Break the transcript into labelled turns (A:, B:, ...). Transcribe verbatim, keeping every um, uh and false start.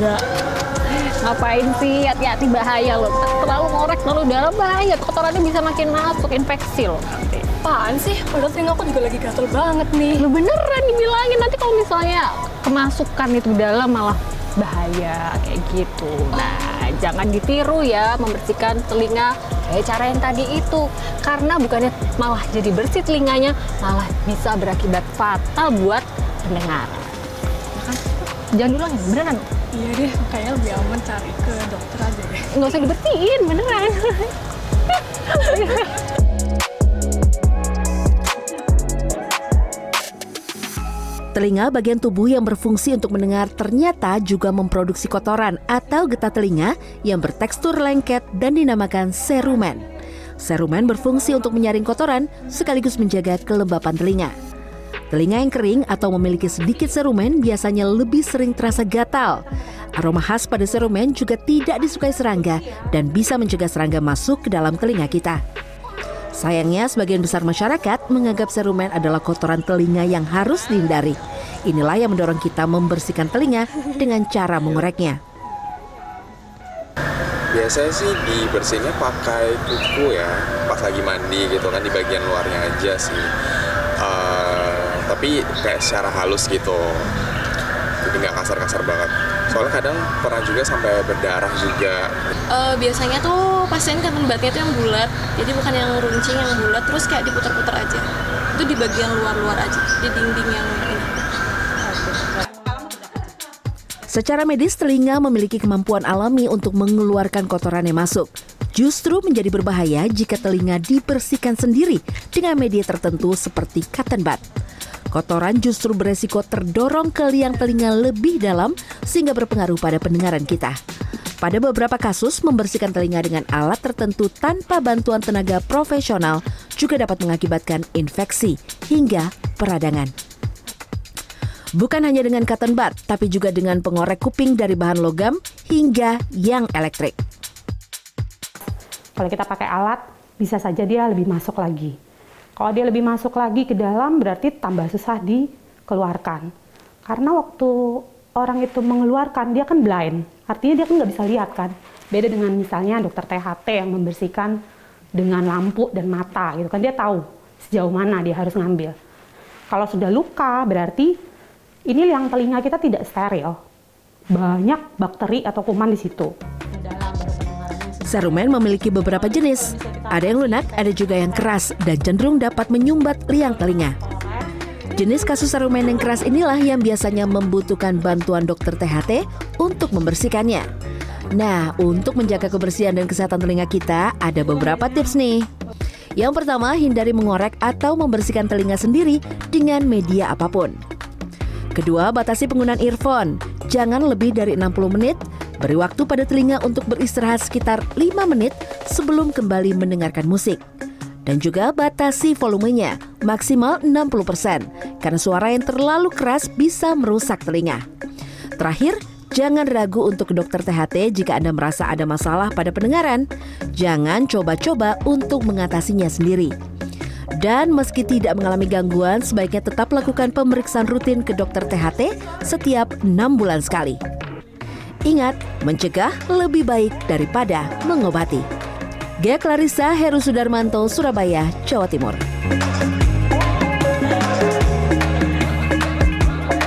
A: juga. Ngapain sih? Hati-hati, bahaya loh. Terlalu ngorek terlalu dalam bahaya. Kotorannya bisa makin masuk, infeksi loh.
B: Apaan sih? Padahal telinga aku juga lagi gatel banget nih.
A: Lu beneran dibilangin, nanti kalau misalnya kemasukan itu dalam malah bahaya kayak gitu. Nah, jangan ditiru ya membersihkan telinga kayak cara yang tadi itu. Karena bukannya malah jadi bersih telinganya, malah bisa berakibat fatal buat pendengar. Nah, kan? Jangan diulangin, beneran.
B: Iya deh, kayaknya lebih aman cari ke dokter aja deh.
A: Nggak usah dibersihin, beneran.
C: Telinga bagian tubuh yang berfungsi untuk mendengar ternyata juga memproduksi kotoran atau getah telinga yang bertekstur lengket dan dinamakan serumen. Serumen berfungsi untuk menyaring kotoran sekaligus menjaga kelembapan telinga. Telinga yang kering atau memiliki sedikit serumen biasanya lebih sering terasa gatal. Aroma khas pada serumen juga tidak disukai serangga dan bisa mencegah serangga masuk ke dalam telinga kita. Sayangnya, sebagian besar masyarakat menganggap serumen adalah kotoran telinga yang harus dihindari. Inilah yang mendorong kita membersihkan telinga dengan cara mengoreknya.
D: Biasanya sih dibersihinnya pakai kuku ya, pas lagi mandi gitu kan, di bagian luarnya aja sih. Uh, tapi kayak secara halus gitu, jadi nggak kasar-kasar banget. Soalnya kadang pernah juga sampai berdarah juga.
B: Uh, biasanya tuh pasien cotton budnya tuh yang bulat, jadi bukan yang runcing, yang bulat, terus kayak diputar-putar aja. Itu di bagian luar-luar aja, di dinding yang ini.
C: Secara medis, telinga memiliki kemampuan alami untuk mengeluarkan kotoran yang masuk. Justru menjadi berbahaya jika telinga dibersihkan sendiri dengan media tertentu seperti cotton bud. Kotoran justru beresiko terdorong ke liang telinga lebih dalam sehingga berpengaruh pada pendengaran kita. Pada beberapa kasus, membersihkan telinga dengan alat tertentu tanpa bantuan tenaga profesional juga dapat mengakibatkan infeksi hingga peradangan. Bukan hanya dengan cotton bud, tapi juga dengan pengorek kuping dari bahan logam hingga yang elektrik.
E: Kalau kita pakai alat, bisa saja dia lebih masuk lagi. Kalau dia lebih masuk lagi ke dalam, berarti tambah susah dikeluarkan. Karena waktu orang itu mengeluarkan, dia kan blind. Artinya dia kan nggak bisa lihat kan. Beda dengan misalnya dokter T H T yang membersihkan dengan lampu dan mata gitu kan. Dia tahu sejauh mana dia harus ngambil. Kalau sudah luka, berarti ini liang telinga kita tidak steril. Banyak bakteri atau kuman di situ.
C: Serumen memiliki beberapa jenis. Ada yang lunak, ada juga yang keras dan cenderung dapat menyumbat liang telinga. Jenis kasus serumen yang keras inilah yang biasanya membutuhkan bantuan dokter T H T untuk membersihkannya. Nah, untuk menjaga kebersihan dan kesehatan telinga kita, ada beberapa tips nih. Yang pertama, hindari mengorek atau membersihkan telinga sendiri dengan media apapun. Kedua, batasi penggunaan earphone. Jangan lebih dari enam puluh menit. Beri waktu pada telinga untuk beristirahat sekitar lima menit sebelum kembali mendengarkan musik. Dan juga batasi volumenya, maksimal enam puluh persen, karena suara yang terlalu keras bisa merusak telinga. Terakhir, jangan ragu untuk ke dokter T H T jika Anda merasa ada masalah pada pendengaran. Jangan coba-coba untuk mengatasinya sendiri. Dan meski tidak mengalami gangguan, sebaiknya tetap lakukan pemeriksaan rutin ke dokter T H T setiap enam bulan sekali. Ingat, mencegah lebih baik daripada mengobati. Gea Clarissa, Heru Sudarmanto, Surabaya, Jawa Timur.